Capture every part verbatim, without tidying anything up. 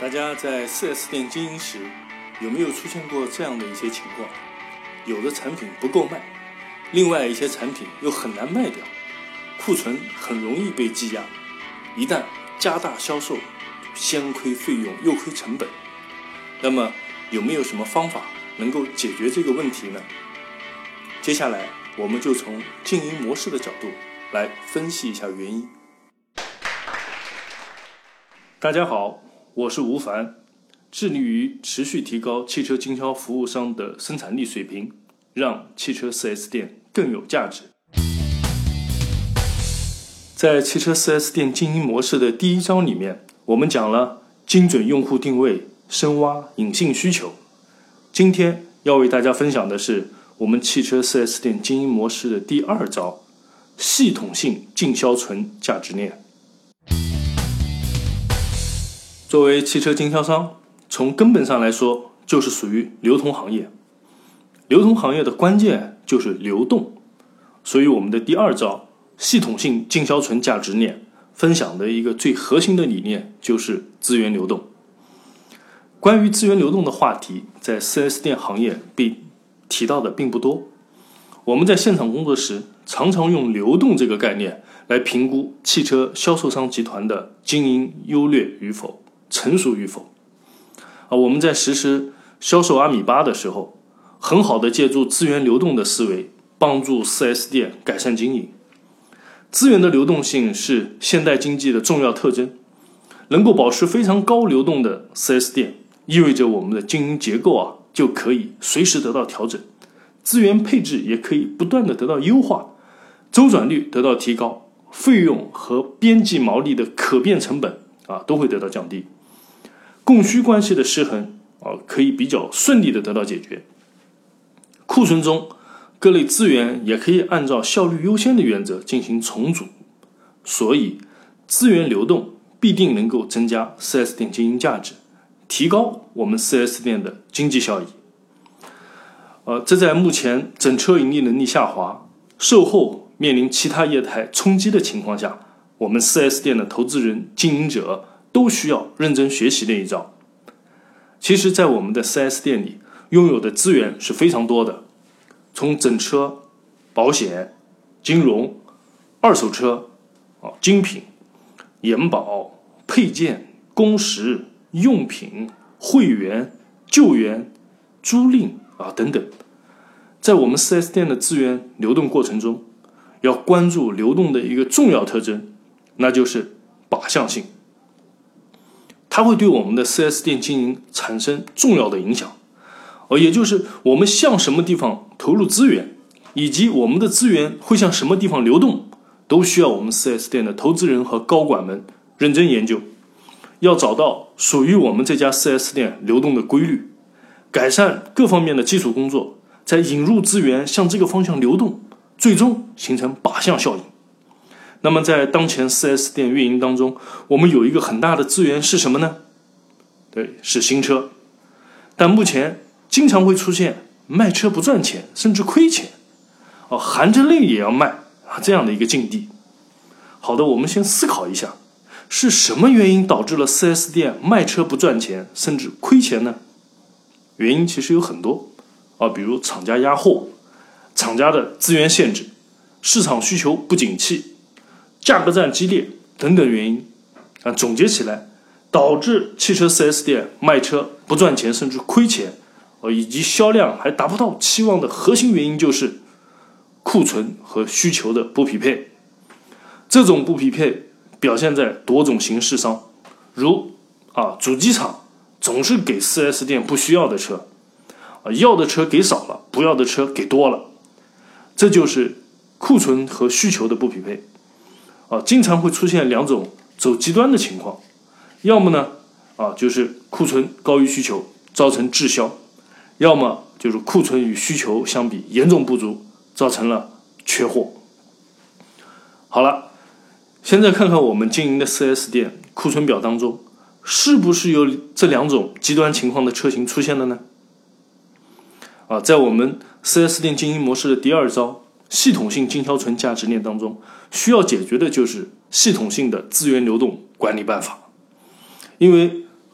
大家在 四 S 店经营时，有没有出现过这样的一些情况？有的产品不够卖，另外一些产品又很难卖掉，库存很容易被积压，一旦加大销售，先亏费用又亏成本。那么有没有什么方法能够解决这个问题呢？接下来我们就从经营模式的角度来分析一下原因。大家好，我是吴凡，致力于持续提高汽车经销服务商的生产力水平，让汽车 四 S 店更有价值。在汽车 四 S 店经营模式的第一章里面，我们讲了精准用户定位，深挖隐性需求。今天要为大家分享的是我们汽车 四 S 店经营模式的第二招，系统性进销存价值链。作为汽车经销商，从根本上来说就是属于流通行业。流通行业的关键就是流动，所以我们的第二招系统性进销存价值链分享的一个最核心的理念就是资源流动。关于资源流动的话题，在 四 S 店行业被提到的并不多。我们在现场工作时，常常用流动这个概念来评估汽车销售商集团的经营优劣与否，成熟与否。啊，我们在实施销售阿米巴的时候，很好的借助资源流动的思维，帮助 四 S 店改善经营。资源的流动性是现代经济的重要特征，能够保持非常高流动的 四 S 店，意味着我们的经营结构啊就可以随时得到调整，资源配置也可以不断的得到优化，周转率得到提高，费用和边际毛利的可变成本啊都会得到降低，供需关系的失衡啊可以比较顺利的得到解决。库存中各类资源也可以按照效率优先的原则进行重组，所以资源流动必定能够增加 四 S 店经营价值，提高我们 四 S 店的经济效益。呃，这在目前整车盈利能力下滑，售后面临其他业态冲击的情况下，我们 四 S 店的投资人、经营者都需要认真学习的一招。其实在我们的 四 S 店里，拥有的资源是非常多的，从整车、保险、金融、二手车、啊、精品、延保、配件、工时、用品、会员、救援、租赁啊等等。在我们 四 S 店的资源流动过程中，要关注流动的一个重要特征，那就是靶向性。它会对我们的 四 S 店经营产生重要的影响，呃，也就是我们向什么地方投入资源，以及我们的资源会向什么地方流动，都需要我们 四 S 店的投资人和高管们认真研究，要找到属于我们这家 四 S 店流动的规律，改善各方面的基础工作，再引入资源向这个方向流动，最终形成靶向效应。那么在当前 四 S 店运营当中，我们有一个很大的资源是什么呢？对，是新车。但目前经常会出现卖车不赚钱，甚至亏钱，哦，含着泪也要卖啊这样的一个境地。好的，我们先思考一下，是什么原因导致了 四 S 店卖车不赚钱，甚至亏钱呢？原因其实有很多啊，比如厂家压货、厂家的资源限制、市场需求不景气、价格战激烈等等原因啊。总结起来，导致汽车 四 S 店卖车不赚钱甚至亏钱，呃，以及销量还达不到期望的核心原因就是库存和需求的不匹配。这种不匹配表现在多种形式上，如啊，主机厂总是给 四 S 店不需要的车，啊，要的车给少了，不要的车给多了，这就是库存和需求的不匹配。啊，经常会出现两种走极端的情况，要么呢，啊，就是库存高于需求，造成滞销；要么就是库存与需求相比严重不足，造成了缺货。好了，现在看看我们经营的 四 S 店库存表当中，是不是有这两种极端情况的车型出现了呢？啊，在我们 四 S 店经营模式的第二招，系统性进销存价值链当中，需要解决的就是系统性的资源流动管理办法。因为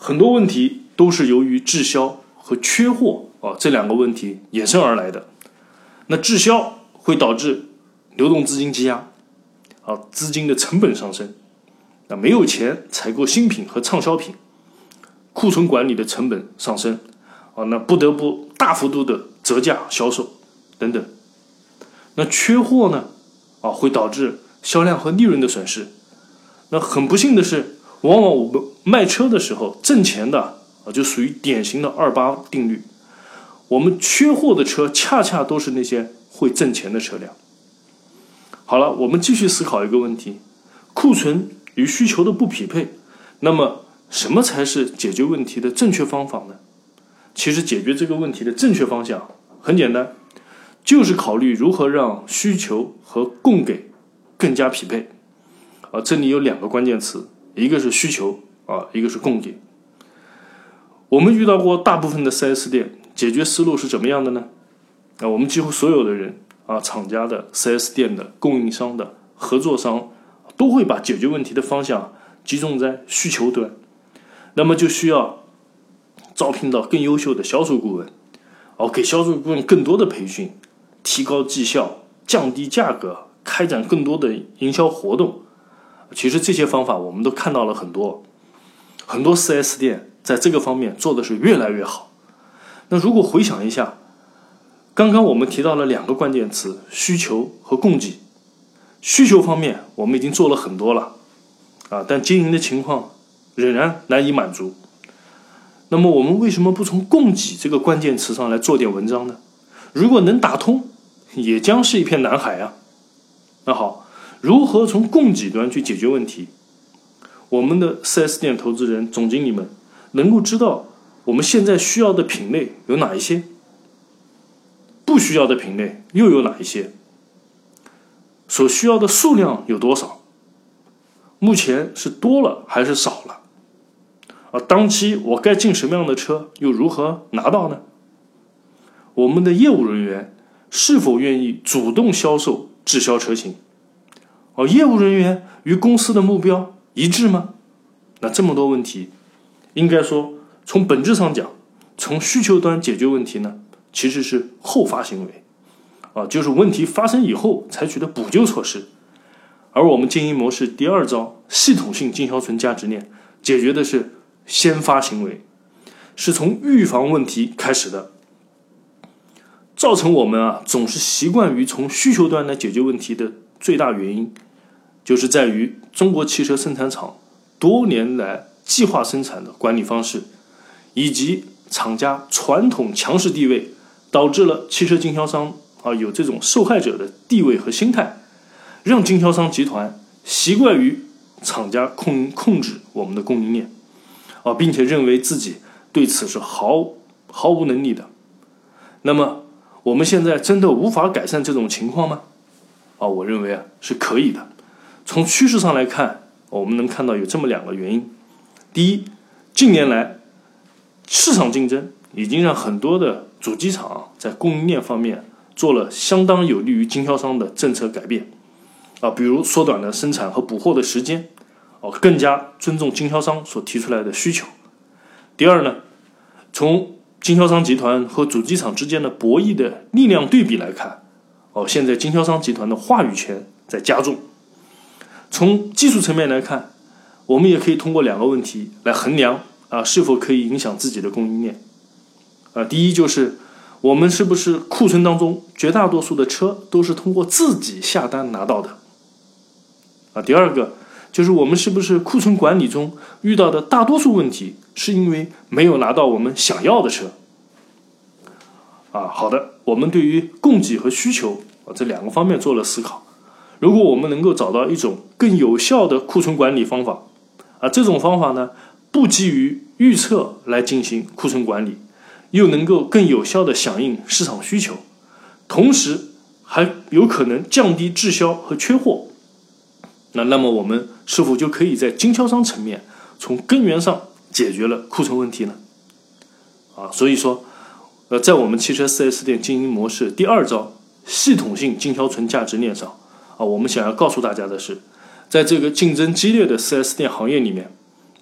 很多问题都是由于滞销和缺货啊这两个问题衍生而来的。那滞销会导致流动资金积压啊，资金的成本上升，那没有钱采购新品和畅销品，库存管理的成本上升啊，那不得不大幅度的折价销售等等。那缺货呢啊，会导致销量和利润的损失。那很不幸的是，往往我们卖车的时候挣钱的啊，就属于典型的二八定律。我们缺货的车恰恰都是那些会挣钱的车辆。好了，我们继续思考一个问题：库存与需求的不匹配，那么什么才是解决问题的正确方法呢？其实解决这个问题的正确方向很简单，就是考虑如何让需求和供给更加匹配。啊，这里有两个关键词，一个是需求啊，一个是供给。我们遇到过大部分的 四 S 店，解决思路是怎么样的呢？啊，我们几乎所有的人啊，厂家的、四 S 店的、供应商的、合作商都会把解决问题的方向集中在需求端，那么就需要招聘到更优秀的销售顾问，哦，给销售顾问更多的培训，提高绩效，降低价格，开展更多的营销活动。其实这些方法我们都看到了很多，很多 四 S 店在这个方面做的是越来越好。那如果回想一下，刚刚我们提到了两个关键词，需求和供给。需求方面我们已经做了很多了啊，但经营的情况仍然难以满足。那么我们为什么不从供给这个关键词上来做点文章呢？如果能打通，也将是一片蓝海啊。那好，如何从供给端去解决问题？我们的 四 S 店投资人、总经理们能够知道我们现在需要的品类有哪一些，不需要的品类又有哪一些，所需要的数量有多少，目前是多了还是少了，啊，当期我该进什么样的车又如何拿到呢？我们的业务人员是否愿意主动销售滞销车型？哦，业务人员与公司的目标一致吗？那这么多问题，应该说从本质上讲，从需求端解决问题呢，其实是后发行为啊，就是问题发生以后采取的补救措施。而我们经营模式第二招系统性经销存价值链解决的是先发行为，是从预防问题开始的。造成我们啊总是习惯于从需求端来解决问题的最大原因，就是在于中国汽车生产厂多年来计划生产的管理方式，以及厂家传统强势地位，导致了汽车经销商啊有这种受害者的地位和心态，让经销商集团习惯于厂家控控制我们的供应链啊，并且认为自己对此是毫毫无能力的。那么我们现在真的无法改善这种情况吗？啊，我认为啊是可以的。从趋势上来看，我们能看到有这么两个原因。第一，近年来市场竞争已经让很多的主机厂在供应链方面做了相当有利于经销商的政策改变啊，比如缩短了生产和补货的时间，哦，更加尊重经销商所提出来的需求。第二呢，从经销商集团和主机厂之间的博弈的力量对比来看，哦，现在经销商集团的话语权在加重。从技术层面来看，我们也可以通过两个问题来衡量啊是否可以影响自己的供应链。啊，第一就是我们是不是库存当中绝大多数的车都是通过自己下单拿到的？啊，第二个就是我们是不是库存管理中遇到的大多数问题是因为没有拿到我们想要的车？啊，好的，我们对于供给和需求啊这两个方面做了思考。如果我们能够找到一种更有效的库存管理方法，啊，这种方法呢不基于预测来进行库存管理，又能够更有效地响应市场需求，同时还有可能降低滞销和缺货，那那么我们是否就可以在经销商层面从根源上解决了库存问题呢？啊，所以说，呃，在我们汽车 四 S 店经营模式第二招系统性经销存价值链上，啊，我们想要告诉大家的是，在这个竞争激烈的 四 S 店行业里面，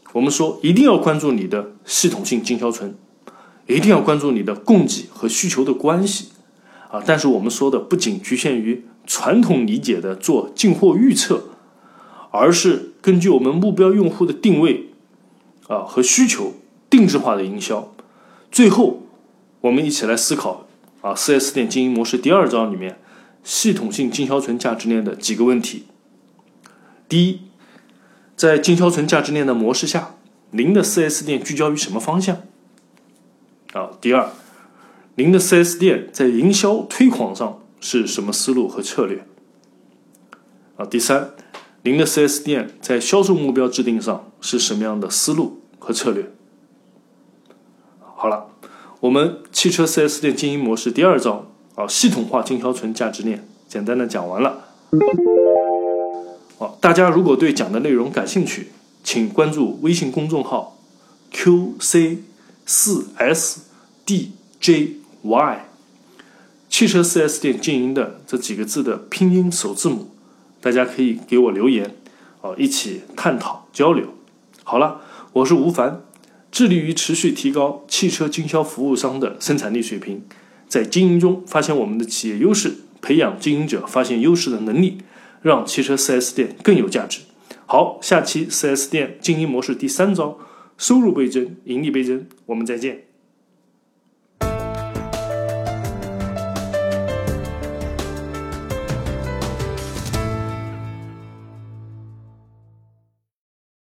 我们说一定要关注你的系统性经销存，一定要关注你的供给和需求的关系啊。但是我们说的不仅局限于传统理解的做进货预测，而是根据我们目标用户的定位啊和需求定制化的营销。最后我们一起来思考啊 四 S 店经营模式第二招里面系统性经销存价值链的几个问题。第一，在经销存价值链的模式下，您的 四 S 店聚焦于什么方向啊？第二，您的 四 S 店在营销推广上是什么思路和策略啊？第三，您的 四 S 店在销售目标制定上是什么样的思路和策略？好了，我们汽车 四 S 店经营模式第二招啊，系统化经销存价值链简单的讲完了。啊，大家如果对讲的内容感兴趣，请关注微信公众号 Q C 四 S D J Y， 汽车 四 S 店经营的这几个字的拼音首字母，大家可以给我留言啊，一起探讨交流。好了，我是吴凡，致力于持续提高汽车经销服务商的生产力水平，在经营中发现我们的企业优势，培养经营者发现优势的能力，让汽车 四 S 店更有价值。好，下期 四 S 店经营模式第三招，收入倍增，盈利倍增，我们再见。